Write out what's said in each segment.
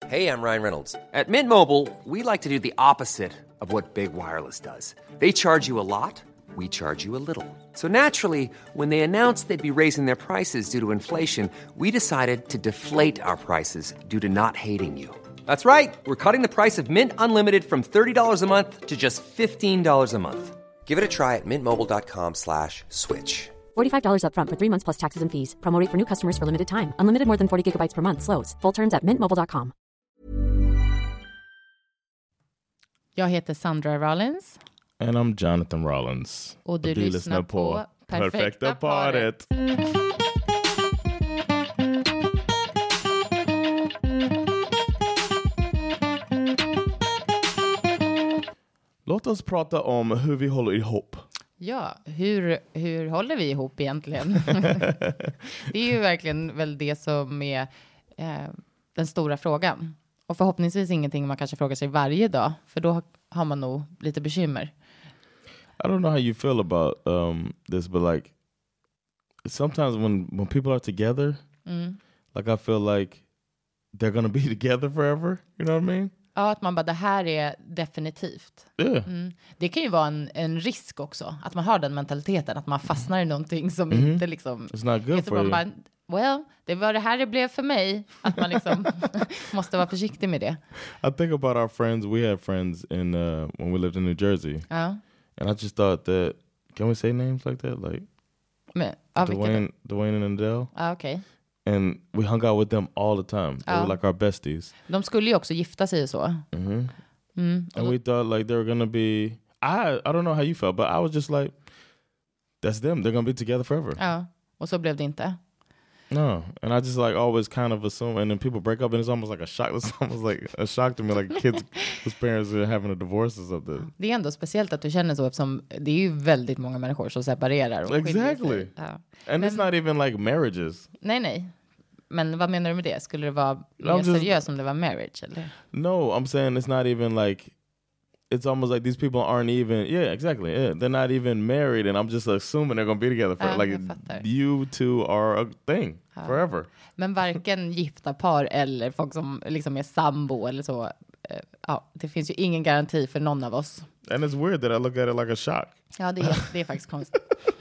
Hey, I'm Ryan Reynolds. At Mint Mobile, we like to do the opposite of what Big Wireless does. They charge you a lot, we charge you a little. So naturally, when they announced they'd be raising their prices due to inflation, we decided to deflate our prices due to not hating you. That's right. We're cutting the price of Mint Unlimited from $30 a month to just $15 a month. Give it a try at mintmobile.com/switch. $45 up front for 3 months plus taxes and fees. Promo rate for new customers for limited time. Unlimited more than 40 gigabytes per month. Slows full terms at mintmobile.com. Jag heter Sandra Rollins. And I'm Jonathan Rollins. Och du lyssnar på Perfekta paret. Låt oss prata om hur vi håller ihop. Ja, hur håller vi ihop egentligen? Det är ju verkligen väl det som är den stora frågan. Och förhoppningsvis ingenting man kanske frågar sig varje dag. För då har man nog lite bekymmer. I don't know how you feel about this, but like sometimes when people are together, like I feel like they're gonna be together forever. You know what I mean? Ja, att man bara, det här är definitivt. Yeah. Det kan ju vara en risk också. Att man har den mentaliteten. Att man fastnar i någonting som inte liksom... It's not good for you. Bara, well, det var det här det blev för mig. Att man liksom måste vara försiktig med det. I think about our friends. We had friends in when we lived in New Jersey. Ja. And I just thought that, can we say names like that? Like Dwayne and Adele? Ja, okej. And we hung out with them all the time. They were like our besties. De skulle ju också gifta sig och så. And we thought like they were gonna be... I don't know how you felt, but I was just like, that's them. They're gonna be together forever. Ja, och så blev det inte. No, and I just like always kind of assume, and then people break up, and it's almost like a shock. It's almost like a shock to me, like kids whose parents are having a divorce or something. Det är ändå speciellt att du känner så, eftersom det är ju väldigt många människor som separerar och skiljer sig. Ja. And it's not even like marriages. Nej. Men vad menar du med det? Skulle det vara mer seriöst om det var marriage, eller? No, I'm saying it's not even like... It's almost like these people aren't even... Yeah, exactly. Yeah, they're not even married, and I'm just assuming they're going to be together for... like, you two are a thing forever. Men varken gifta par eller folk som liksom är sambo eller så... det finns ju ingen garanti för någon av oss. And it's weird that I look at it like a shock. Ja, det är faktiskt konstigt.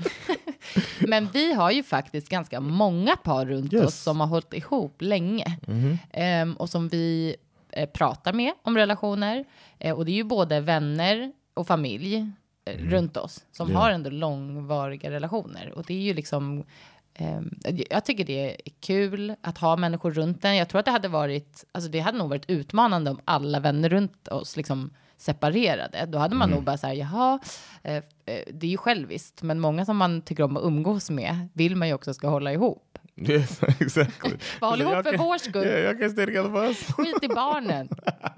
Men vi har ju faktiskt ganska många par runt oss som har hållit ihop länge. Och som vi pratar med om relationer. Och det är ju både vänner och familj runt oss som har ändå långvariga relationer. Och det är ju liksom... jag tycker det är kul att ha människor runt en. Jag tror att det hade varit... Alltså det hade nog varit utmanande om alla vänner runt oss liksom separerade. Då hade man nog bara så här, jaha, det är ju själviskt. Men många som man tycker om att umgås med vill man ju också ska hålla ihop. Yes, exactly. Håll ihop för vår skull. Yeah, jag kan stay together for us. Skit i barnen.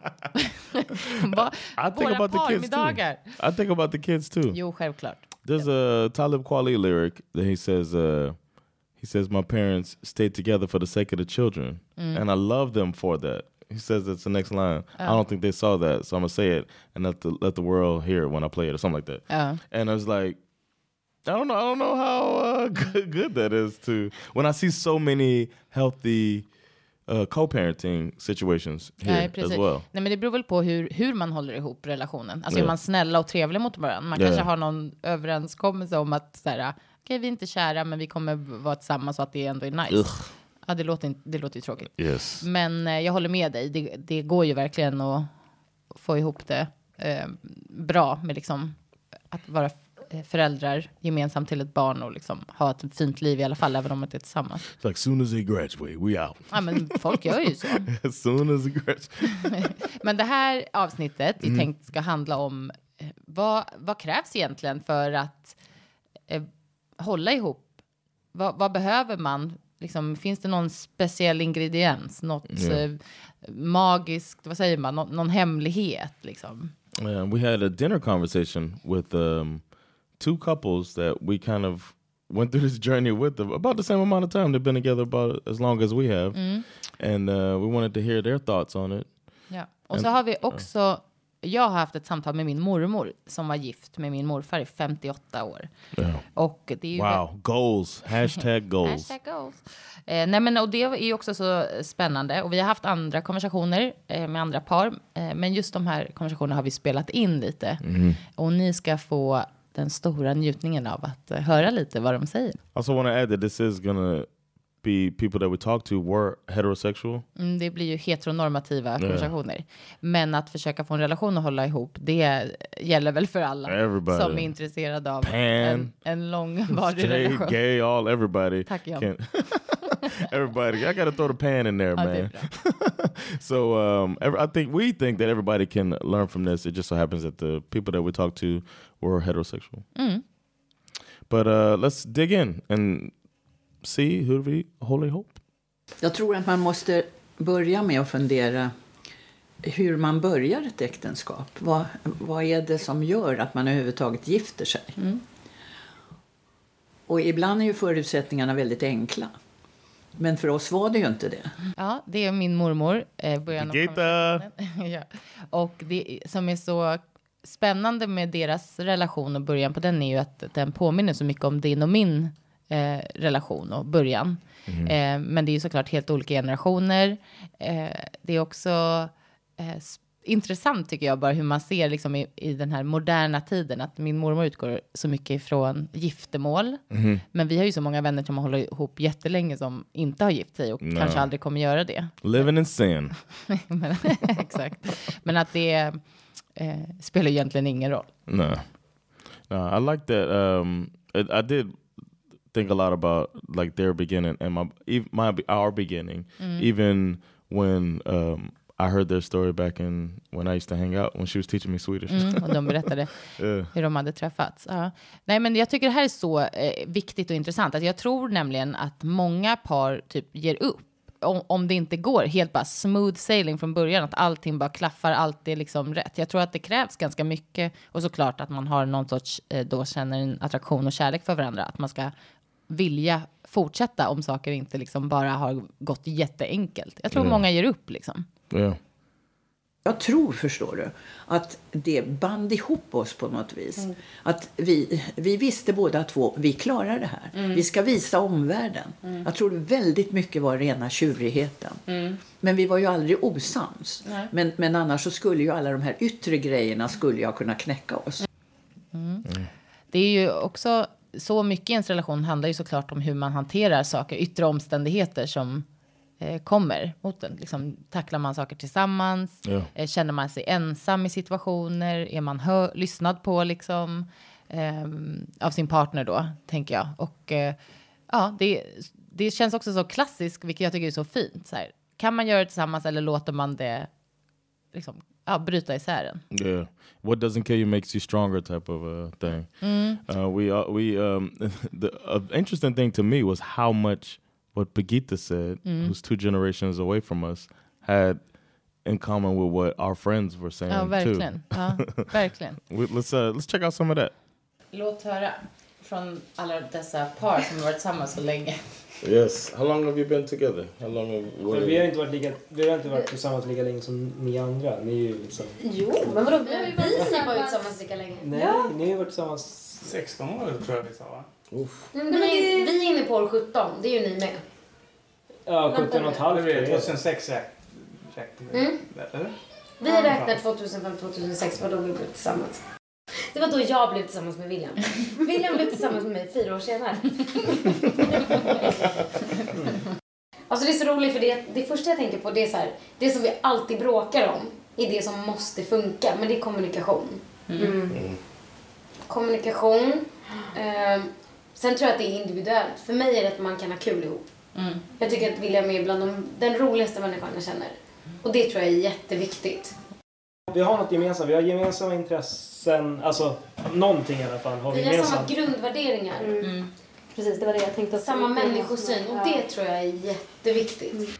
Våra parmiddagar. I think about the kids too. Jo, självklart. There's a Talib Kweli lyric that he says my parents stayed together for the sake of the children. And I love them for that. He says it's the next line. I don't think they saw that, so I'm gonna say it and let the world hear it when I play it or something like that. And I was like, I don't know how good that is to when I see so many healthy co-parenting situations here as well. Nej, men det beror väl på hur man håller ihop relationen. Alltså är man snälla och trevlig mot varandra. Man kanske har någon överenskommelse om att så här, okej, vi är inte kära, men vi kommer vara tillsammans så att det ändå är nice. Ja, det låter ju tråkigt. Yes. Men jag håller med dig. Det går ju verkligen att få ihop det bra med liksom att vara föräldrar gemensamt till ett barn och liksom ha ett fint liv i alla fall, även om man inte är tillsammans. It's like soon as they graduate, we out. Ja, men folk gör ju så. As soon as they graduate. Men det här avsnittet är tänkt ska handla om vad krävs egentligen för att hålla ihop? Vad behöver man? Liksom, finns det någon speciell ingrediens? Något magiskt, vad säger man? Någon hemlighet liksom? We had a dinner conversation with two couples that we kind of went through this journey with them about the same amount of time. They've been together about as long as we have. And we wanted to hear their thoughts on it. Ja. Och så har vi också jag har haft ett samtal med min mormor som var gift med min morfar i 58 år. Yeah. Och det är ju Goals. Hashtag goals. Hashtag goals. Nej, men och det är ju också så spännande. Och vi har haft andra konversationer med andra par. Men just de här konversationerna har vi spelat in lite. Och ni ska få den stora njutningen av att höra lite vad de säger. I also want to add that this is gonna be people that we talk to were heterosexual. Det blir ju heteronormativa konversationer. Men att försöka få en relation att hålla ihop, det gäller väl för alla. Everybody. Som är intresserade av en långvarig relation. Gay, everybody. Tack, Jan. Everybody, I gotta throw the pan in there, man. So we think that everybody can learn from this. It just so happens that the people that we talk to were heterosexual. But let's dig in and see who we håller ihop. Jag tror att man måste börja med att fundera hur man börjar ett äktenskap. Vad är det som gör att man överhuvudtaget gifter sig? Och ibland är ju förutsättningarna väldigt enkla. Men för oss var det ju inte det. Ja, det är min mormor. Birgitta! Ja. Och det som är så spännande med deras relation och början på den är ju att den påminner så mycket om din och min relation och början. Men det är ju såklart helt olika generationer. Det är också intressant tycker jag bara hur man ser liksom i den här moderna tiden att min mormor utgår så mycket ifrån giftermål. Men vi har ju så många vänner som har hållit ihop jättelänge som inte har gift sig och kanske aldrig kommer göra det. Living in sin. Exakt. Men att det spelar egentligen ingen roll. No, I like that. I did think a lot about like their beginning and our beginning. Even when I heard their story back in when I used to hang out when she was teaching me Swedish. Och de berättade hur de hade träffats. Ja. Nej, men jag tycker det här är så viktigt och intressant. Att jag tror nämligen att många par typ ger upp. Om det inte går helt bara smooth sailing från början. Att allting bara klaffar, allt är liksom rätt. Jag tror att det krävs ganska mycket. Och såklart att man har någon sorts, då känner en attraktion och kärlek för varandra. Att man ska vilja fortsätta om saker inte liksom bara har gått jätteenkelt. Jag tror många ger upp liksom. Yeah. Jag tror, förstår du, att det band ihop oss på något vis. Att vi visste båda två, vi klarar det här. Vi ska visa omvärlden. Jag tror väldigt mycket var rena tjurigheten. Men vi var ju aldrig osams. Men annars så skulle ju alla de här yttre grejerna skulle jag kunna knäcka oss. Det är ju också så mycket i ens relation handlar ju såklart om hur man hanterar saker, yttre omständigheter som kommer mot den. Liksom, tacklar man saker tillsammans? Känner man sig ensam i situationer? Är man lyssnad på liksom, av sin partner då, tänker jag. Och det känns också så klassiskt, vilket jag tycker är så fint. Så här, kan man göra det tillsammans eller låter man det liksom, bryta isär den? Yeah. What doesn't kill you makes you stronger type of thing. The interesting thing to me was how much what Birgitta said, who's 2 generations away from us, had in common with what our friends were saying verkligen. too. Ja, verkligen. Let's check out some of that. Låt höra från alla dessa par som har varit tillsammans så länge. Yes. How long have you been together? How long have vi har inte varit tillsammans lika länge som ni andra. Ni är ju liksom... Jo, men vadå? Vi var ju tillsammans lika länge. Nej, ni har varit tillsammans 16 år tror jag vi sa, va? Vi är inne på år 17, det är ju ni med. Ja, 17 och ett halvt. 2006 Vi räknar 2005-2006 var då vi blev tillsammans. Det var då jag blev tillsammans med William. William blev tillsammans med mig 4 år senare. Alltså det är så roligt för det första jag tänker på det är så här, det som vi alltid bråkar om är det som måste funka, men det är kommunikation. Kommunikation. Sen tror jag att det är individuellt. För mig är det att man kan ha kul ihop. Jag tycker att William är bland den roligaste människan jag känner. Och det tror jag är jätteviktigt. Vi har något gemensamt. Vi har gemensamma intressen. Alltså, någonting i alla fall har vi gemensamt. Vi har samma grundvärderingar. Precis, det var det jag tänkte. Samma människosyn. Och det tror jag är jätteviktigt.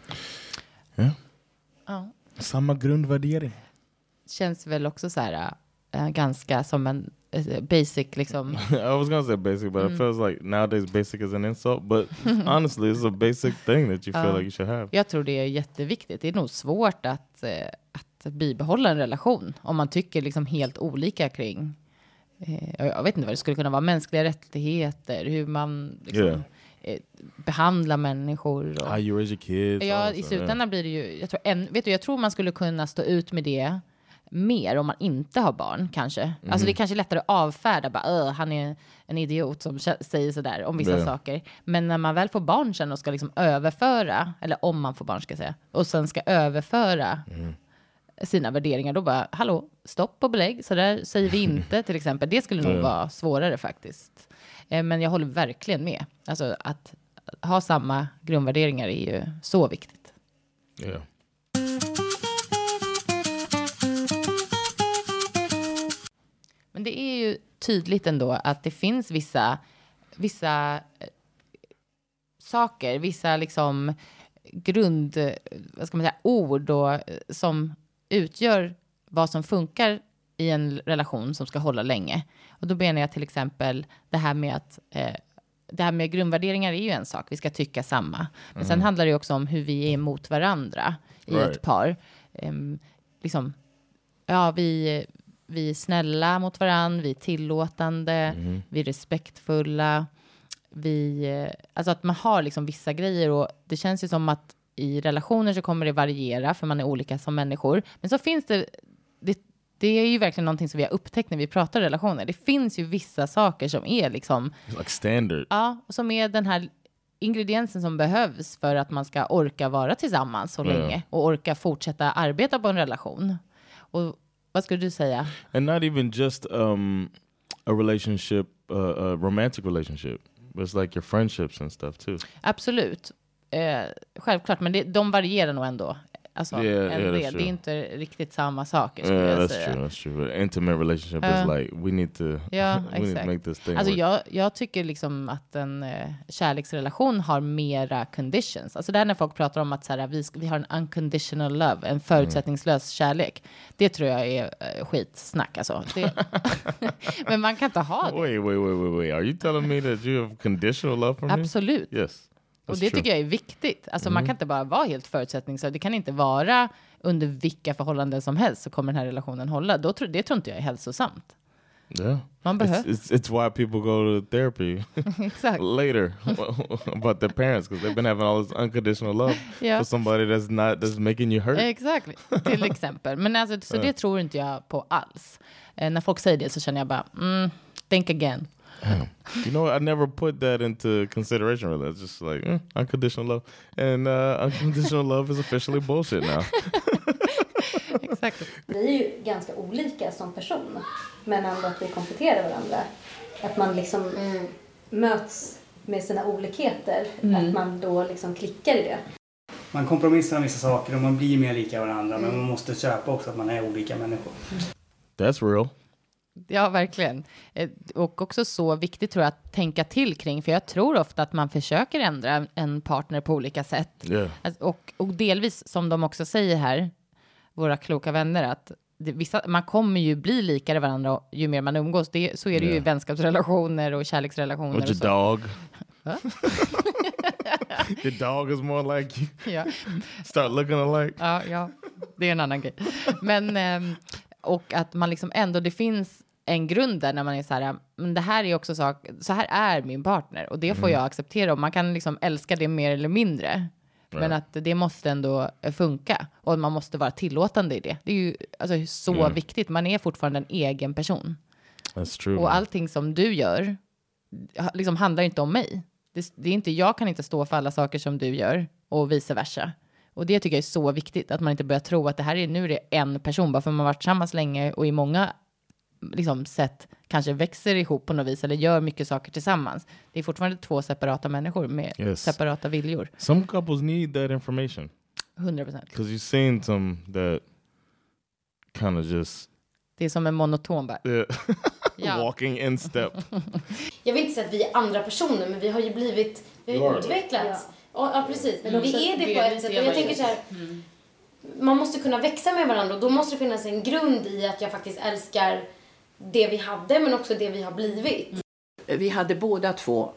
Ja. Samma grundvärdering. Känns väl också så här ganska som en basic liksom. I was gonna say basic, but it feels like nowadays basic is an insult. But honestly, it's a basic thing that you feel like you should have. Jag tror det är jätteviktigt. Det är nog svårt att att bibehålla en relation. Om man tycker liksom helt olika kring, jag vet inte vad det skulle kunna vara, mänskliga rättigheter, hur man liksom, behandlar människor. Och, how you raise your kids. Ja, i slutändan blir det ju, jag tror man skulle kunna stå ut med det mer om man inte har barn kanske. Alltså det är kanske lättare att avfärda bara, han är en idiot som säger sådär om vissa saker. Men när man väl får barn sen och ska liksom överföra, eller om man får barn ska jag säga, och sen ska överföra sina värderingar, då bara, hallå, stopp och belägg, så där säger vi inte till exempel. Det skulle nog vara svårare faktiskt. Men jag håller verkligen med. Alltså att ha samma grundvärderingar är ju så viktigt. Yeah. Men det är ju tydligt ändå att det finns vissa saker, vissa liksom vad ska man säga, ord och, som utgör vad som funkar i en relation som ska hålla länge. Och då menar jag till exempel det här med att det här med grundvärderingar är ju en sak. Vi ska tycka samma. Men sen handlar det också om hur vi är mot varandra i ett par. Liksom, ja, vi är snälla mot varandra, vi är tillåtande, vi är respektfulla. Alltså att man har liksom vissa grejer, och det känns ju som att i relationer så kommer det variera för man är olika som människor. Men så finns det är ju verkligen någonting som vi har upptäckt när vi pratar relationer. Det finns ju vissa saker som är liksom like standard. Ja, som är den här ingrediensen som behövs för att man ska orka vara tillsammans så länge och orka fortsätta arbeta på en relation. Och vad skulle du säga? And not even just a relationship, a romantic relationship. But it's like your friendships and stuff too. Absolut. Självklart, men de varierar nog ändå. Alltså, det är inte riktigt samma saker. That's true. But intimate relationship is like, we need to make this thing alltså jag tycker liksom att en kärleksrelation har mera conditions. Alltså där när folk pratar om att så här, vi har en unconditional love, en förutsättningslös kärlek. Det tror jag är skitsnack. Alltså. Men man kan inte ha det. Wait. Are you telling me that you have conditional love for me? Absolut. Yes. Och det tycker jag är viktigt. Alltså man kan inte bara vara helt förutsättningslös. Det kan inte vara under vilka förhållanden som helst så kommer den här relationen hålla. Det tror inte jag är hälsosamt. Yeah. Man it's why people go to therapy later about their parents, because they've been having all this unconditional love for somebody that's making you hurt. Exakt, till exempel. Men alltså, så det tror inte jag på alls. När folk säger det så känner jag bara, think again. You know what? I never put that into consideration really. It's just like unconditional love. And unconditional love is officially bullshit now. Exakt. Vi är ju ganska olika som person, men ändå att vi kompletterar varandra. Att man liksom möts med sina olikheter. Att man då liksom klickar i det. Man kompromissar med vissa saker och man blir mer lika varandra. Men man måste köpa också att man är olika människor. That's real. Ja, verkligen. Och också så viktigt tror jag att tänka till kring. För jag tror ofta att man försöker ändra en partner på olika sätt. Yeah. Och delvis, som de också säger här, våra kloka vänner, att man kommer ju bli likare varandra ju mer man umgås. Så är det ju i vänskapsrelationer och kärleksrelationer. What's your dog? Your dog is more like you. Start looking alike. Ja, det är en annan grej. Men, och att man liksom ändå, det finns en grund där när man är så här, men det här är också så här är min partner och det får jag acceptera, och man kan liksom älska det mer eller mindre. Men att det måste ändå funka, och man måste vara tillåtande i det. Det är ju alltså så viktigt. Man är fortfarande en egen person. That's true. Och allting som du gör liksom handlar inte om mig. Det är inte, jag kan inte stå för alla saker som du gör och vice versa. Och det tycker jag är så viktigt, att man inte börjar tro att nu är det en person bara för man har varit tillsammans länge och i många liksom sätt kanske växer ihop på något vis eller gör mycket saker tillsammans. Det är fortfarande två separata människor med separata viljor. Some couples need that information. 100%. Because you've seen some that kind of just... Det är som en monoton bara. Walking in step. Jag vill inte säga att vi är andra personer, men vi har ju utvecklats. Ja, precis. Men vi är det på ett sätt. Och jag tänker så här, man måste kunna växa med varandra, och då måste det finnas en grund i att jag faktiskt älskar det vi hade, men också det vi har blivit. Vi hade båda två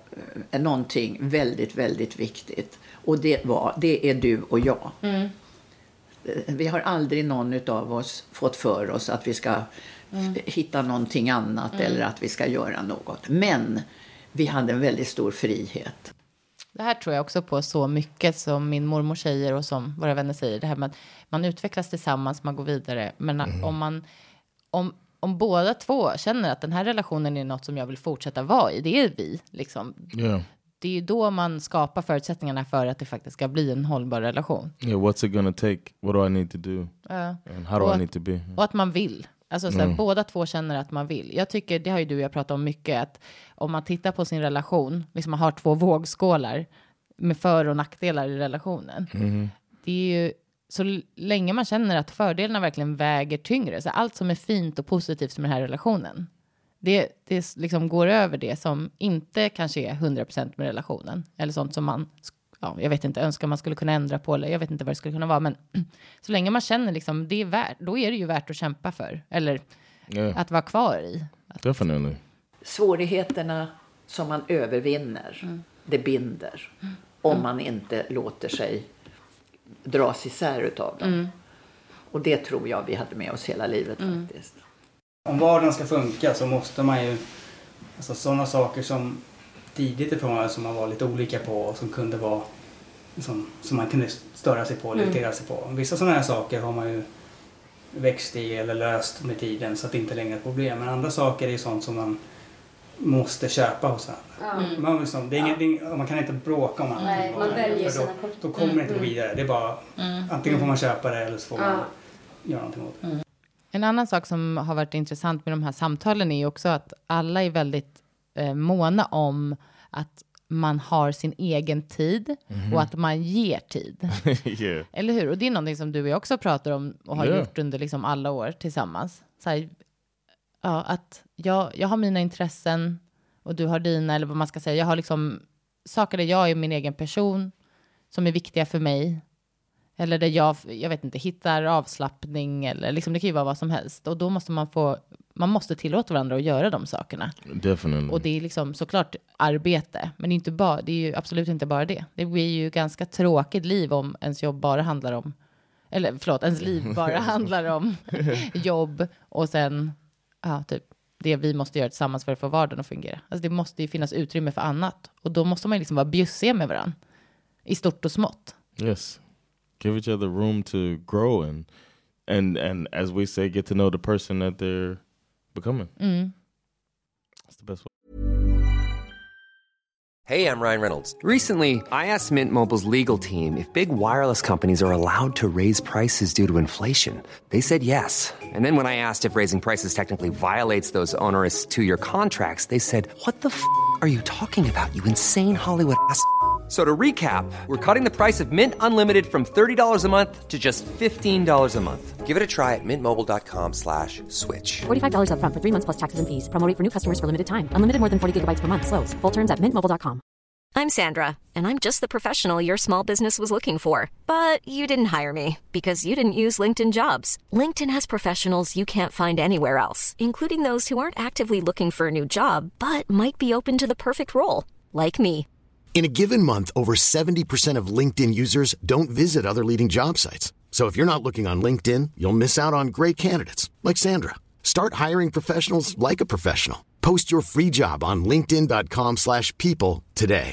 någonting väldigt, väldigt viktigt. Och det är du och jag. Vi har aldrig någon utav oss fått för oss att vi ska hitta någonting annat eller att vi ska göra något. Men vi hade en väldigt stor frihet. Det här tror jag också på så mycket som min mormor säger och som våra vänner säger. Det här med att man utvecklas tillsammans, man går vidare. Men om båda två känner att den här relationen är något som jag vill fortsätta vara i, det är vi liksom. Yeah. Det är ju då man skapar förutsättningarna för att det faktiskt ska bli en hållbar relation. Yeah, what's it gonna take? What do I need to do? And how do I need to be? Och att man vill. Alltså så båda två känner att man vill. Jag tycker, det har ju du och jag pratat om mycket, att om man tittar på sin relation, liksom man har 2 vågskålar med för- och nackdelar i relationen. Det är ju så länge man känner att fördelarna verkligen väger tyngre. Så allt som är fint och positivt med den här relationen, det liksom går över det som inte kanske är 100% med relationen. Eller sånt som man, jag vet inte, önskar man skulle kunna ändra på. Eller jag vet inte vad det skulle kunna vara. Men så länge man känner liksom det är värt, då är det ju värt att kämpa för. Eller att vara kvar i. Definitely. Svårigheterna som man övervinner, det binder. Om man inte låter sig dras isär utav dem. Och det tror jag vi hade med oss hela livet faktiskt. Om vardagen ska funka så måste man ju, alltså sådana saker som tidigt ifrån som man var lite olika på och som kunde vara som man kunde störa sig på eller irritera sig på. Vissa sådana här saker har man ju växt i eller löst med tiden så att det inte längre är ett problem. Men andra saker är ju sånt som man måste köpa hos varandra. Man kan inte bråka om annat. Nej, man väljer sina då kommer det inte gå vidare. Det är bara antingen får man köpa det eller så får man göra någonting åt det. En annan sak som har varit intressant med de här samtalen är ju också att alla är väldigt måna om att man har sin egen tid och att man ger tid. Yeah. Eller hur? Och det är någonting som du och jag också pratar om och har gjort under liksom alla år tillsammans. Så här, att jag har mina intressen och du har dina, eller vad man ska säga. Jag har liksom saker där jag är min egen person som är viktiga för mig. Eller där jag vet inte, hittar avslappning eller liksom det kan ju vara vad som helst. Och då måste man måste tillåta varandra att göra de sakerna. Definitely. Och det är liksom såklart arbete, men det är ju absolut inte bara det. Det blir ju ganska tråkigt liv om ens jobb bara handlar om, ens liv bara handlar om jobb och sen typ det vi måste göra tillsammans för att få vardagen att fungera. Alltså det måste ju finnas utrymme för annat. Och då måste man liksom vara bjussiga med varandra. I stort och smått. Yes. Give each other room to grow and as we say, get to know the person that they're becoming. That's the best way. Hey, I'm Ryan Reynolds. Recently, I asked Mint Mobile's legal team if big wireless companies are allowed to raise prices due to inflation. They said yes. And then when I asked if raising prices technically violates those onerous 2-year contracts, they said, "What the f*** are you talking about, you insane Hollywood ass?" So to recap, we're cutting the price of Mint Unlimited from $30 a month to just $15 a month. Give it a try at mintmobile.com/switch. $45 up front for 3 months plus taxes and fees. Promo rate for new customers for limited time. Unlimited more than 40 gigabytes per month. Slows full terms at mintmobile.com. I'm Sandra, and I'm just the professional your small business was looking for. But you didn't hire me because you didn't use LinkedIn Jobs. LinkedIn has professionals you can't find anywhere else, including those who aren't actively looking for a new job, but might be open to the perfect role, like me. In a given month, over 70% of LinkedIn users don't visit other leading job sites. So if you're not looking on LinkedIn, you'll miss out on great candidates like Sandra. Start hiring professionals like a professional. Post your free job on linkedin.com/people today.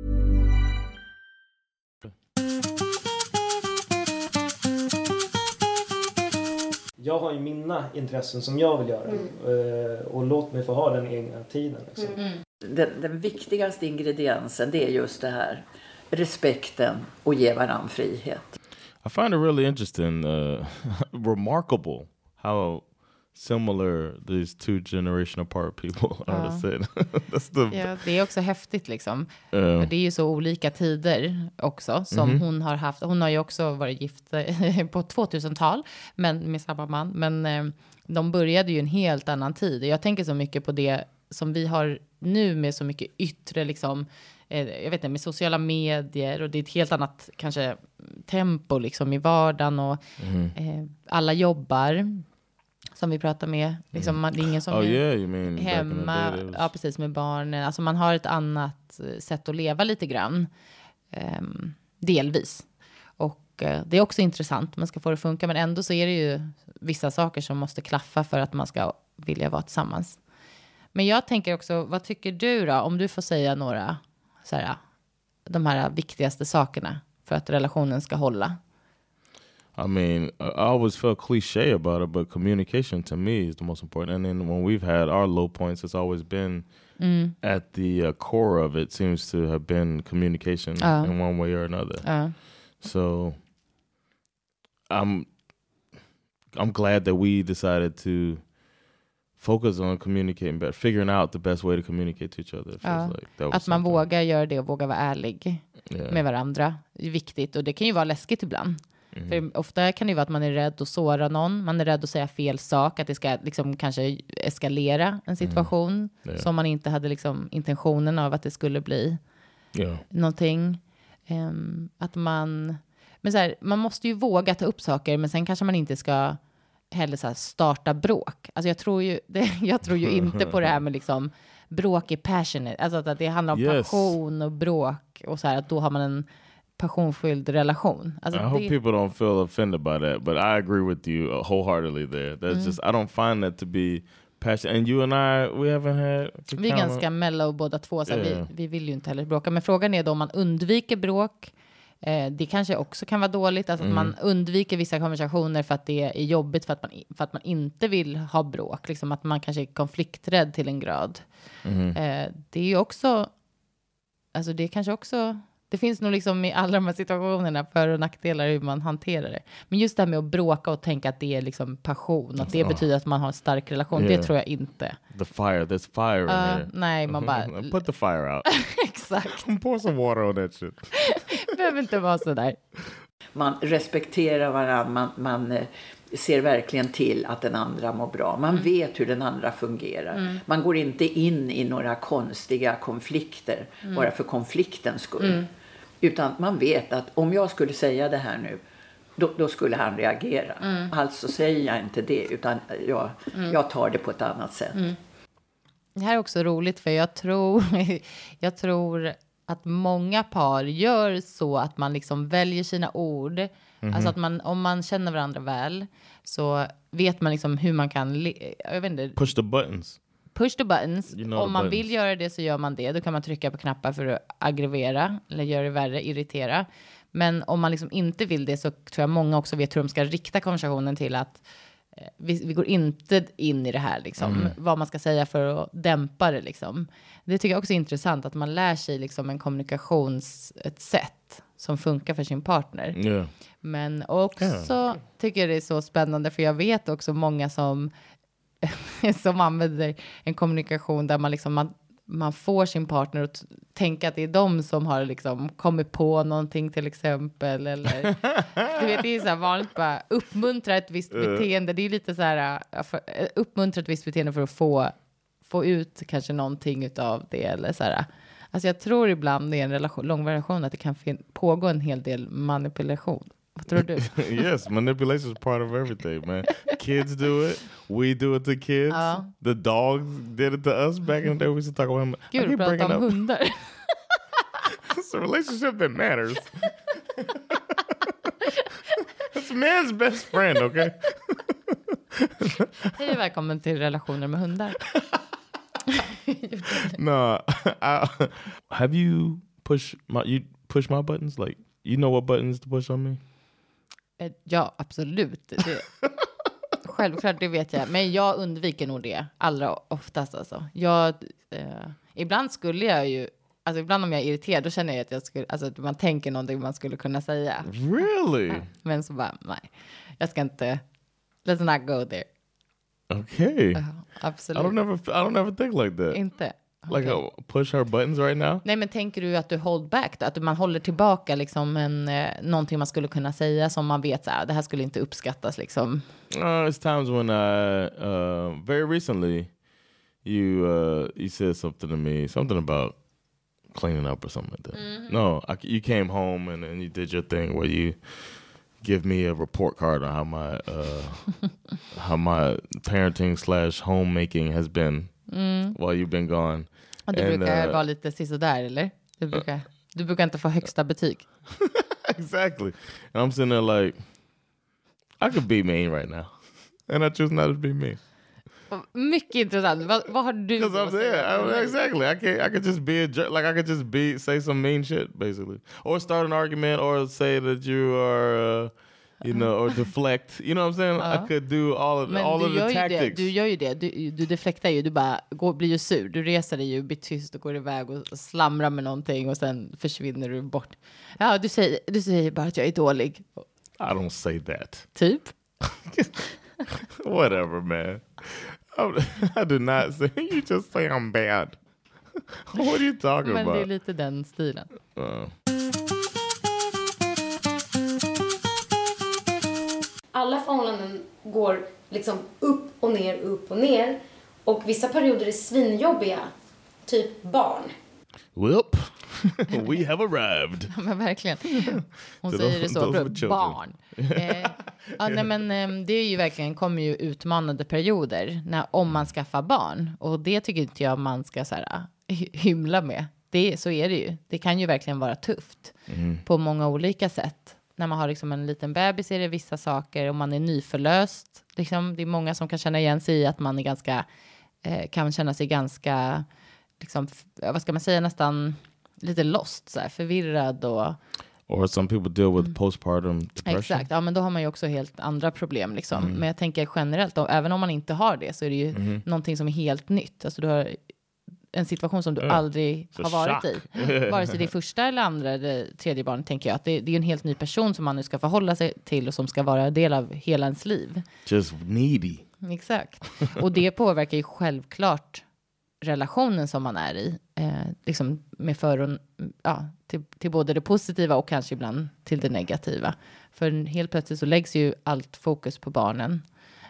Jag har ju mina intressen som jag vill göra. Och låt mig få ha den egna tiden. Liksom. Den viktigaste ingrediensen, det är just det här. Respekten och ge varann frihet. I find it really interesting, remarkable how similar these 2 generation apart people are. Ja, det är också häftigt liksom. Det är ju så olika tider också som hon har haft. Hon har ju också varit gift på 2000-tal men med samma man. Men de började ju en helt annan tid. Jag tänker så mycket på det som vi har nu med så mycket yttre liksom, jag vet inte, med sociala medier och det är ett helt annat kanske tempo liksom i vardagen och alla jobbar som vi pratar med liksom, det är ingen som är hemma precis med barnen, alltså man har ett annat sätt att leva lite grann delvis och det är också intressant. Man ska få det att funka. Men ändå så är det ju vissa saker som måste klaffa för att man ska vilja vara tillsammans. Men jag tänker också, vad tycker du då? Om du får säga några så här, de här viktigaste sakerna för att relationen ska hålla. I mean, I always felt cliche about it, but communication to me is the most important. And then when we've had our low points, it's always been at the core of it seems to have been communication in one way or another. So I'm glad that we decided to focus on communicating better, figuring out the best way to communicate to each other. Like that was att man vågar göra det och vågar vara ärlig med varandra. Det är viktigt och det kan ju vara läskigt ibland. För ofta kan det ju vara att man är rädd att såra någon. Man är rädd att säga fel sak. Att det ska liksom kanske eskalera en situation. Som man inte hade liksom intentionen av att det skulle bli någonting. Att man... Men så här, man måste ju våga ta upp saker. Men sen kanske man inte ska heller så här starta bråk. Alltså jag tror ju inte på det här med liksom... Bråk är passionate. Alltså att det handlar om passion och bråk. Och så här, att då har man en... passionfylld relation. Alltså I hope people don't feel offended by that, but I agree with you wholeheartedly there. That's just, I don't find that to be passionate. And you and I, we haven't had... Vi är ganska mellow båda två, så vi vill ju inte heller bråka. Men frågan är då om man undviker bråk. Det kanske också kan vara dåligt. Alltså att man undviker vissa konversationer för att det är jobbigt, för att man inte vill ha bråk. Liksom att man kanske är konflikträdd till en grad. Det är ju också... Alltså det är kanske också... Det finns nog liksom i alla de här situationerna för- och nackdelar hur man hanterar det. Men just det här med att bråka och tänka att det är liksom passion. Att det betyder att man har en stark relation. Det tror jag inte. The fire, there's fire in there. Nej, man bara... Put the fire out. Exakt. Pour some water on that shit. Det behöver inte vara så där. Man respekterar varandra. Man ser verkligen till att den andra mår bra. Man vet hur den andra fungerar. Man går inte in i några konstiga konflikter bara för konfliktens skull. Utan man vet att om jag skulle säga det här nu, då skulle han reagera. Alltså säger jag inte det, utan jag tar det på ett annat sätt. Det här är också roligt, för jag tror att många par gör så att man liksom väljer sina ord. Alltså att om man känner varandra väl, så vet man liksom hur man kan... Jag vet inte, push the buttons. Push the buttons. You know om man buttons. vill göra det så gör man det. Då kan man trycka på knappar för att aggravera eller göra det värre, irritera. Men om man liksom inte vill det, så tror jag många också vet hur de ska rikta konversationen till att vi går inte in i det här liksom. Vad man ska säga för att dämpa det liksom. Det tycker jag också är intressant, att man lär sig liksom ett sätt som funkar för sin partner. Men också tycker jag det är så spännande, för jag vet också många som använder en kommunikation där man liksom man får sin partner att tänka att det är de som har liksom kommit på någonting till exempel, eller du vet, det är så här vanligt, bara uppmuntra ett visst beteende. Det är lite så här, uppmuntra ett visst beteende för att få ut kanske någonting utav det, eller så här. Alltså jag tror ibland i en lång relation att det kan pågå en hel del manipulation. Vad tror du? Yes, manipulation is part of everything, man. Kids do it. We do it to kids. The dogs did it to us back in the day. We used to talk about him. Gud, prata om hundar. It's a relationship that matters. It's a man's best friend, okay? Hej och välkommen till relationer med hundar. No, have you pushed my buttons? Like, you know what buttons to push on me? Ja, absolut. Självklart, det vet jag. Men jag undviker nog det allra oftast. Alltså. Ibland skulle jag ju... Alltså ibland om jag är irriterad, då känner jag att jag skulle... Alltså man tänker någonting man skulle kunna säga. Really? Men så bara, nej. Jag ska inte... Let's not go there. Okay. Absolut. I don't ever think like that. Inte? Okay. Like push her buttons right now? Nej, men tänker du att du hold back? Att man håller tillbaka liksom någonting man skulle kunna säga som man vet det här skulle inte uppskattas liksom? It's times when very recently you said something to me, something about cleaning up or something like that. No, you came home and then you did your thing where you give me a report card on how my parenting / homemaking has been while you've been gone. Och du brukar vara lite sisådär, eller? Du brukar inte få högsta betyg. Exactly. And I'm sitting there like, I could be mean right now. And I choose not to be mean. Mycket intressant. Vad har du att säga? Exactly. I could just be a jerk. Like I could just say some mean shit, basically. Or start an argument or say that you are... you know, or deflect. You know what I'm saying? I could do all of the tactics. Du gör ju det. Du deflektar ju. Du bara blir ju sur. Du reser dig ju, blir tyst och går iväg och slamrar med någonting och sen försvinner du bort. Ja, du säger bara att jag är dålig. I don't say that. Typ? Whatever, man. I do not say. You just say I'm bad. What are you talking about? Men det är lite den stilen. Alla förhållanden går liksom upp och ner. Och vissa perioder är svinjobbiga. Typ barn. Welp, we have arrived. Ja, men verkligen. Hon säger det så, barn. Nej, men det är ju verkligen, kommer ju utmanande perioder om man skaffar barn. Och det tycker inte jag man ska så här, hymla med. Så är det ju. Det kan ju verkligen vara tufft på många olika sätt. När man har liksom en liten bebis är det vissa saker och man är nyförlöst. Liksom, det är många som kan känna igen sig i att man är ganska, kan känna sig ganska, liksom, vad ska man säga, nästan lite lost, så här, förvirrad och... Or some people deal with postpartum depression. Exakt, ja men då har man ju också helt andra problem liksom. Men jag tänker generellt, då, även om man inte har det så är det ju någonting som är helt nytt. Alltså du har en situation som du aldrig har varit i. Vare sig det är första eller andra eller tredje barn, tänker jag. Att det är en helt ny person som man nu ska förhålla sig till och som ska vara en del av hela ens liv. Just needy. Exakt. Och det påverkar ju självklart relationen som man är i. Liksom med till både det positiva och kanske ibland till det negativa. För helt plötsligt så läggs ju allt fokus på barnen.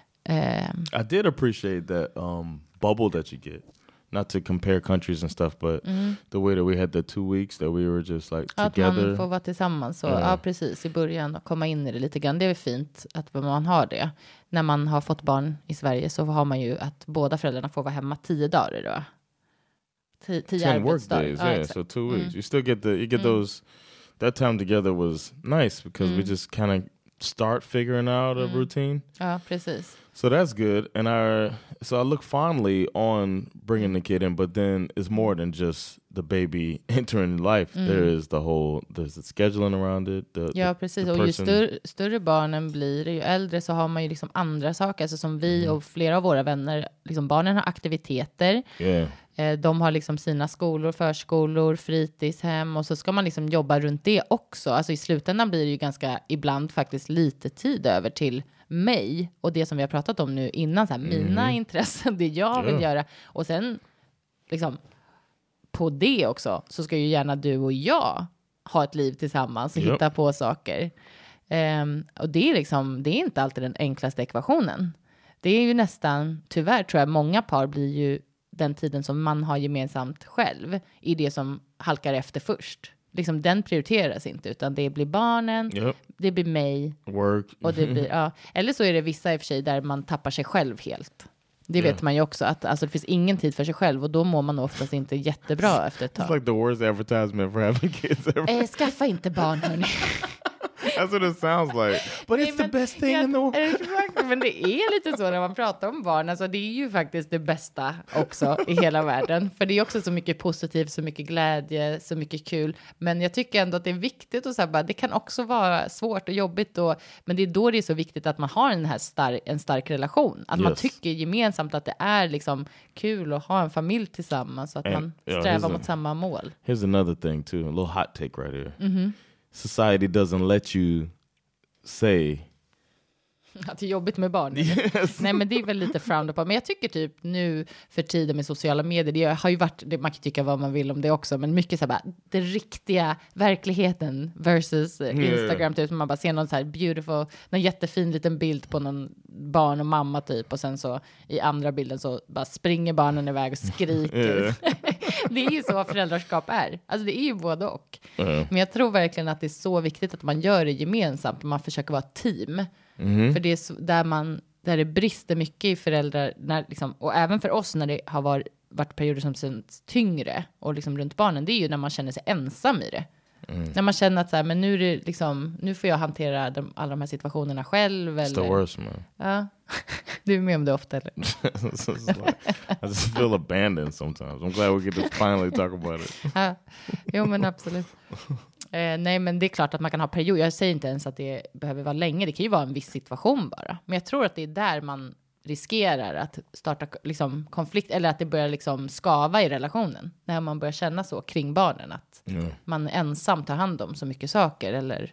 I did appreciate that bubble that you get. Not to compare countries and stuff, but the way that we had the 2 weeks that we were just like together. Att man får vara tillsammans. Och, ja, precis. I början och komma in i det lite grann. Det är fint att man har det. När man har fått barn i Sverige så har man ju att båda föräldrarna får vara hemma 10 dagar då. 10 work days, yeah. So 2 weeks. You still get those. That time together was nice because we just kind of start figuring out a routine. Ja, precis. So that's good. And I look fondly on bringing the kid in, but then it's more than just the baby entering life. There's the scheduling around it. Ja, precis. Och ju större barnen blir, ju äldre så har man ju liksom andra saker. Alltså som vi och flera av våra vänner, liksom barnen har aktiviteter. Yeah. De har liksom sina skolor, förskolor, fritidshem och så ska man liksom jobba runt det också. Alltså i slutändan blir det ju ganska ibland faktiskt lite tid över till mig och det som vi har pratat om nu innan, så här, mina intressen, det jag vill göra. Och sen liksom på det också så ska ju gärna du och jag ha ett liv tillsammans och hitta på saker. Och det är liksom, det är inte alltid den enklaste ekvationen. Det är ju nästan, tyvärr tror jag, många par blir ju den tiden som man har gemensamt själv i det som halkar efter först. Liksom den prioriteras inte, utan det blir barnen, det blir mig, work. Och det blir, eller så är det vissa i och för sig där man tappar sig själv helt. Det vet man ju också, att alltså, det finns ingen tid för sig själv och då mår man oftast inte jättebra efter ett tag. It's like the worst advertisement for having kids ever. Skaffa inte barn, hörni. That's what it sounds like. But it's the best thing in the world. Exakt, men det är lite så när man pratar om barn. Alltså det är ju faktiskt det bästa också i hela världen. För det är också så mycket positivt, så mycket glädje, så mycket kul. Men jag tycker ändå att det är viktigt och så här, bara, det kan också vara svårt och jobbigt. Men det är då det är så viktigt att man har en stark relation. Att man tycker gemensamt att det är liksom kul att ha en familj tillsammans. Så att man strävar mot samma mål. Here's another thing too, a little hot take right here. Society doesn't let you say att det är jobbigt med barn. Yes. Nej, men det är väl lite frowned upon. Men jag tycker typ nu för tiden med sociala medier, det har ju varit, man kan tycka vad man vill om det också, men mycket så här bara, den riktiga verkligheten versus Instagram typ, man bara ser någon så här beautiful, någon jättefin liten bild på någon barn och mamma typ, och sen så i andra bilden så bara springer barnen iväg och skriker. Det är ju så föräldraskap är. Alltså det är ju både och. Men jag tror verkligen att det är så viktigt att man gör det gemensamt och man försöker vara ett team. För det är så, där det brister mycket i föräldrar när, liksom, och även för oss när det har varit perioder som känns tyngre och liksom runt barnen, det är ju när man känner sig ensam i det. När man känner att så här, men nu är det liksom, nu får jag hantera alla de här situationerna själv. It's the worst, man. Ja. Du är med om det ofta, eller? I just feel abandoned sometimes. I'm glad we get to finally talk about it. Ja. Jo, men absolut. Nej, men det är klart att man kan ha perioder. Jag säger inte ens att det behöver vara länge. Det kan ju vara en viss situation bara. Men jag tror att det är där man riskerar att starta liksom konflikt, eller att det börjar liksom skava i relationen. När man börjar känna så kring barnen, att man ensam tar hand om så mycket saker, eller...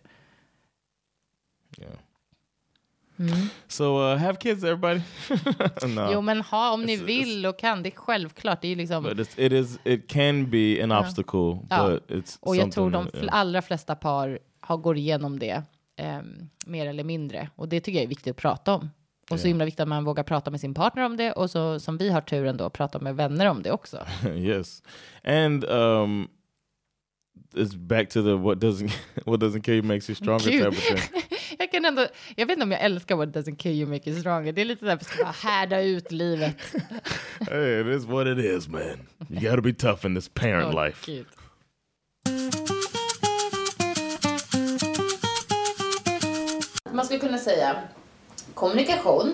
So have kids, everybody. No. Jo, men om ni vill och kan, det är självklart. Det är liksom... But it can be an obstacle, but it's och jag tror de allra flesta par går igenom det mer eller mindre. Och det tycker jag är viktigt att prata om. Och så himla viktigt att man vågar prata med sin partner om det. Och så som vi har turen då, prata med vänner om det också. Yes. And it's back to the what doesn't kill you makes you stronger type of thing. Jag vet inte om jag älskar what doesn't kill you make you stronger. Det är lite där för att ska härda ut livet. Hey, it is what it is, man. You gotta be tough in this parent life. Gud. Man skulle kunna säga kommunikation,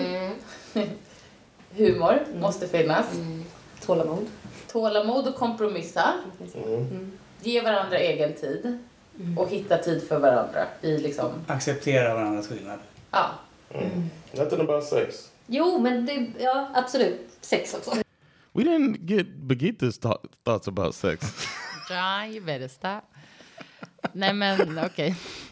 humor måste finnas, tålamod och kompromissa, ge varandra egen tid och hitta tid för varandra i liksom... Acceptera varandras skillnad. Ja. Nothing about sex. Jo, men det, ja, absolut. Sex också. We didn't get Birgitte's thoughts about sex. Ja, you better stop. Nej, men okej.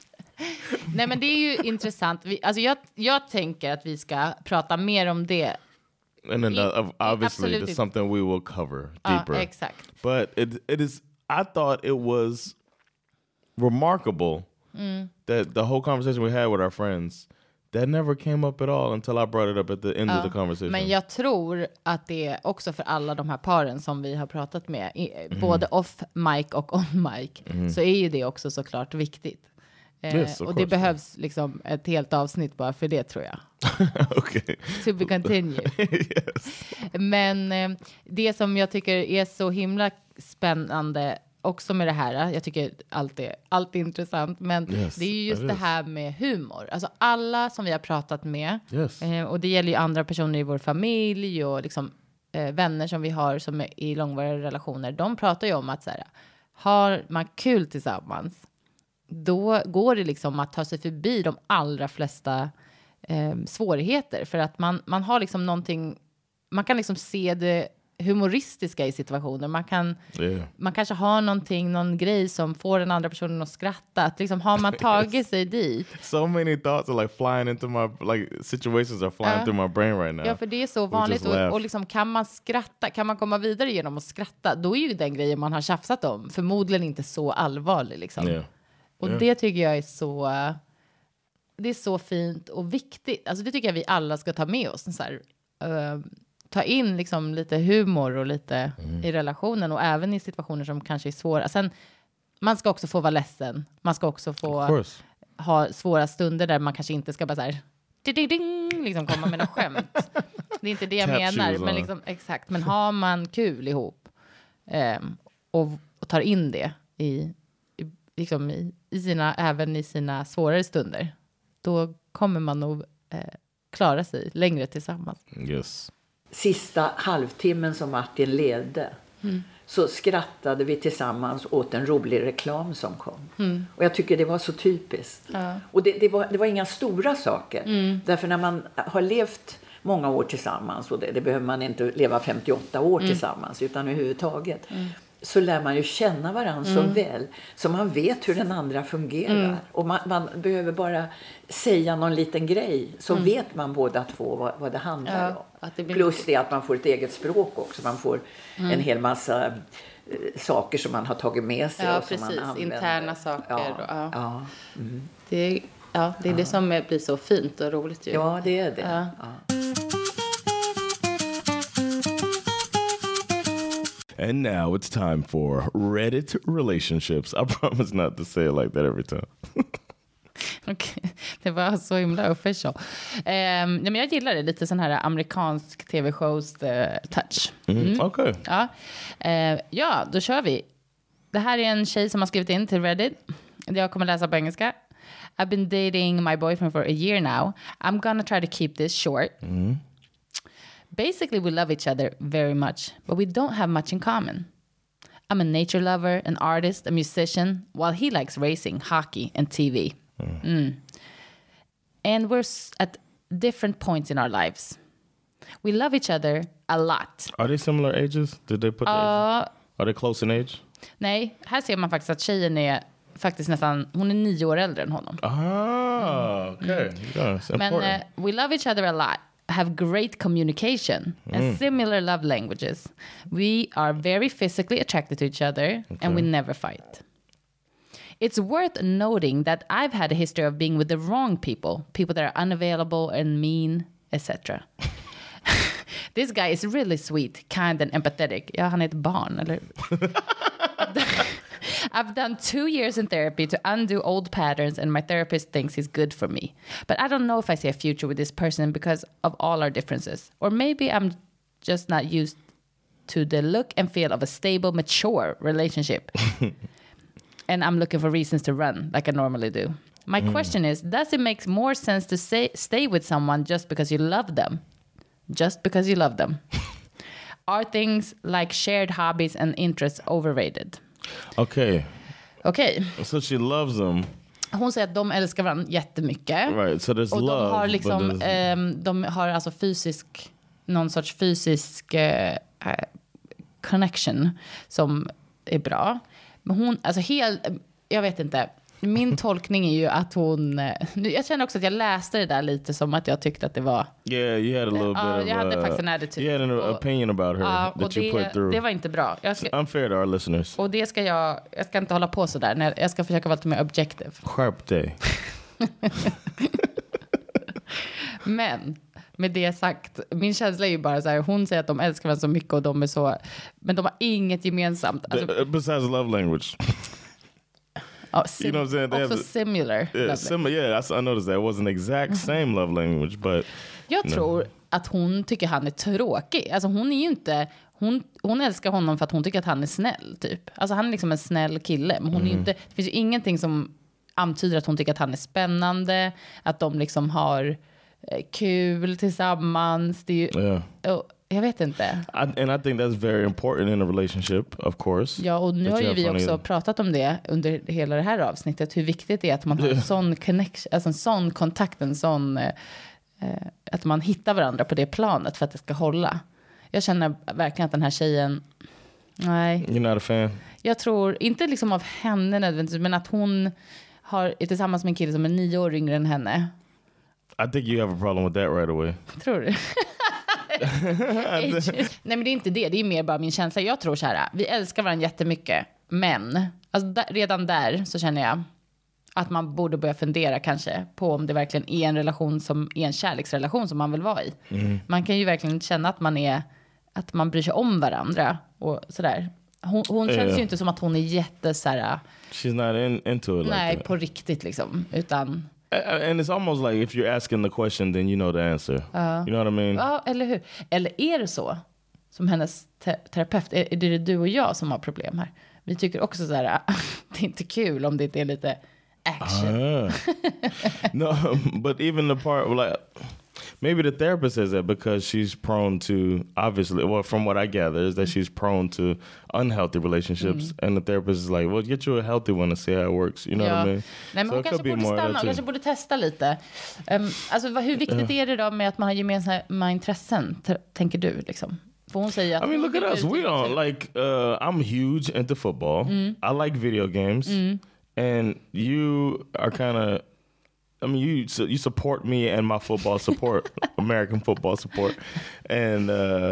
Nej, men det är ju intressant. Jag tänker att vi ska prata mer om det. And then obviously it's something we will cover deeper. Exakt. But it is, I thought it was remarkable that the whole conversation we had with our friends, that never came up at all until I brought it up at the end of the conversation. Men jag tror att det är också för alla de här paren som vi har pratat med, både off mic och on mic, så är ju det också såklart viktigt. Yes, och det behövs liksom ett helt avsnitt bara för det, tror jag. Okay. To be continued. Yes. Men det som jag tycker är så himla spännande också med det här, jag tycker allt är intressant, men det är ju just det här med humor. Alltså alla som vi har pratat med, och det gäller ju andra personer i vår familj och liksom vänner som vi har som är i långvariga relationer, de pratar ju om att så här, har man kul tillsammans, då går det liksom att ta sig förbi de allra flesta svårigheter. För att man har liksom någonting, man kan liksom se det humoristiska i situationer. Man kanske har någon grej som får den andra personen att skratta. Att liksom har man tagit sig dit. So many thoughts are like flying into my, like situations are flying through my brain right now. Ja, för det är så vanligt. Och liksom kan man skratta, kan man komma vidare genom att skratta, då är ju den grejen man har tjafsat om förmodligen inte så allvarlig liksom. Och det tycker jag är så... Det är så fint och viktigt. Alltså det tycker jag vi alla ska ta med oss. Så här, ta in liksom lite humor och lite i relationen. Och även i situationer som kanske är svåra. Sen, man ska också få vara ledsen. Man ska också få ha svåra stunder där man kanske inte ska bara så här... liksom komma med något skämt. Det är inte det jag menar. Men liksom, exakt. Men har man kul ihop och tar in det liksom även i sina svårare stunder, då kommer man nog klara sig längre tillsammans. Yes. Sista halvtimmen som Martin ledde så skrattade vi tillsammans åt en rolig reklam som kom. Och jag tycker det var så typiskt. Och det var inga stora saker. Därför när man har levt många år tillsammans, och det behöver man inte leva 58 år tillsammans utan överhuvudtaget, så lär man ju känna varandra så väl. Så man vet hur den andra fungerar. Och man behöver bara säga någon liten grej. Så vet man båda två vad det handlar om. Att det blir... Plus det att man får ett eget språk också. Man får en hel massa saker som man har tagit med sig. Ja, och som precis. man använder. Interna saker. Det är det som blir så fint och roligt ju. Ja, det är det. And now it's time for Reddit relationships. I promise not to say it like that every time. Okay. Det var så himla official. Men jag gillar det. Lite sån här amerikansk tv-shows touch. Okay. Ja, då kör vi. Det här är en tjej som har skrivit in till Reddit. Jag kommer läsa på engelska. I've been dating my boyfriend for a year now. I'm gonna try to keep this short. Basically, we love each other very much, but we don't have much in common. I'm a nature lover, an artist, a musician, while he likes racing, hockey, and TV. And we're at different points in our lives. We love each other a lot. Are they similar ages? Did they put Are they close in age? Nej, här ser man faktiskt att tjejen är faktiskt nästan, hon är 9 år äldre än honom. Okay. Yes, men we love each other a lot. Have great communication and similar love languages. We are very physically attracted to each other and we never fight. It's worth noting that I've had a history of being with the wrong people that are unavailable and mean, etc. This guy is really sweet, kind and empathetic. Ja, han är ett barn, eller? I've done 2 years in therapy to undo old patterns, and my therapist thinks he's good for me. But I don't know if I see a future with this person because of all our differences. Or maybe I'm just not used to the look and feel of a stable, mature relationship. And I'm looking for reasons to run like I normally do. My question is, does it make more sense to stay with someone just because you love them? Just because you love them? Are things like shared hobbies and interests overrated? Okay. So she loves them. Hon säger att de älskar varandra jättemycket. Right, so there's och love. De har liksom, de har alltså någon sorts fysisk connection som är bra. Men hon, alltså jag vet inte. Min tolkning är ju att hon... Jag känner också att jag läste det där lite som att jag tyckte att det var... Yeah, you had a little bit of... Jag hade faktiskt en attitude. You had an opinion about her that you put through. Det var inte bra. It's unfair to our listeners. Och det ska jag ska inte hålla på så där. Jag ska försöka vara lite mer objective. Skärp dig. Men med det sagt, min känsla är ju bara så här, hon säger att de älskar varandra så mycket och de är så... Men de har inget gemensamt. Alltså, besides love language. You know what I'm saying? Also similar. I noticed that. It wasn't exact same love language, but... Jag tror att hon tycker han är tråkig. Alltså hon är ju inte... Hon älskar honom för att hon tycker att han är snäll, typ. Alltså han är liksom en snäll kille. Men hon är ju inte... Det finns ju ingenting som antyder att hon tycker att han är spännande. Att de liksom har kul tillsammans. Det är ju... Jag vet inte. And I think that's very important in a relationship, of course. Ja, och nu har ju vi också pratat om det under hela det här avsnittet. Hur viktigt det är att man har en sån connection, alltså en sån kontakt, en sån... att man hittar varandra på det planet för att det ska hålla. Jag känner verkligen att den här tjejen... Nej. You're not a fan? Jag tror, inte liksom av henne nödvändigtvis, men att hon är tillsammans med en kille som är 9 år yngre än henne. I think you have a problem with that right away. Tror du? Nej, men det är inte det. Det är mer bara min känsla. Jag tror så här, vi älskar varandra jättemycket. Men alltså, redan där så känner jag att man borde börja fundera kanske på om det verkligen är en relation som är en kärleksrelation som man vill vara i. Man kan ju verkligen känna att man bryr sig om varandra och sådär. Hon känns ju inte som att hon är jätte så här... She's not into it. Nej, like that. På riktigt liksom. Utan... And it's almost like if you're asking the question, then you know the answer. You know what I mean? Ja, eller hur? Eller är det så, som hennes terapeut, är det du och jag som har problem här? Vi tycker också så här, det är inte kul om det inte är lite action. No, but even the part like... Maybe the therapist says that because she's prone to, obviously, well, from what I gather, is that she's prone to unhealthy relationships. And the therapist is like, well, get you a healthy one and see how it works. You know what I mean? Nej, men hon kanske borde testa lite. Alltså, hur viktigt är det då med att man har gemensamma intressen, tänker du, liksom? För hon säger att... I mean, look at us. We don't, like, I'm huge into football. I like video games. And you are kind of... I mean, you support me and my football support, American football support, and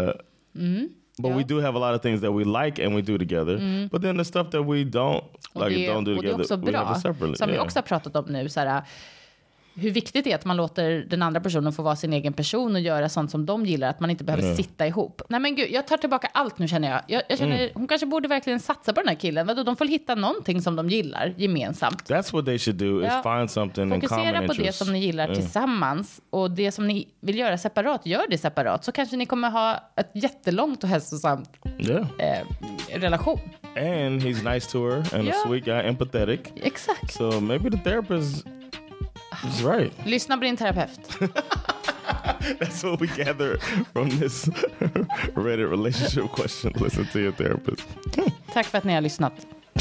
but we do have a lot of things that we like and we do together. But then the stuff that we don't don't do together, we have it separately. Som vi också har pratat om nu, så här, hur viktigt det är att man låter den andra personen få vara sin egen person och göra sånt som de gillar, att man inte behöver sitta ihop. Nej men gud, jag tar tillbaka allt nu känner jag. Jag känner, hon kanske borde verkligen satsa på den här killen. De får hitta någonting som de gillar gemensamt. That's what they should do, is find something in common interest. Fokusera på det som ni gillar tillsammans, och det som ni vill göra separat, gör det separat. Så kanske ni kommer ha ett jättelångt och hälsosamt relation. And he's nice to her and a sweet guy, empathetic. Exakt. So maybe the therapist is right. Lyssna på din terapeut. That's what we gather from this Reddit relationship question. Listen to your therapist. Tack för att ni har lyssnat.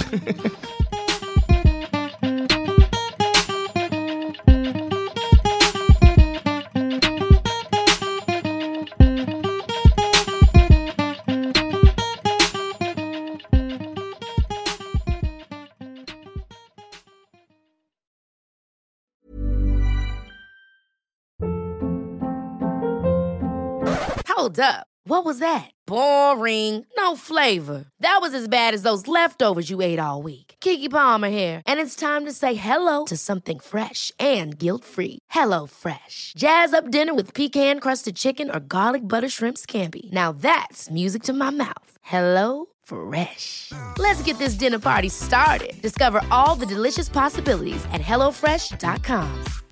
Hold up. What was that? Boring. No flavor. That was as bad as those leftovers you ate all week. Keke Palmer here, and it's time to say hello to something fresh and guilt-free. Hello Fresh. Jazz up dinner with pecan-crusted chicken or garlic butter shrimp scampi. Now that's music to my mouth. Hello Fresh. Let's get this dinner party started. Discover all the delicious possibilities at HelloFresh.com.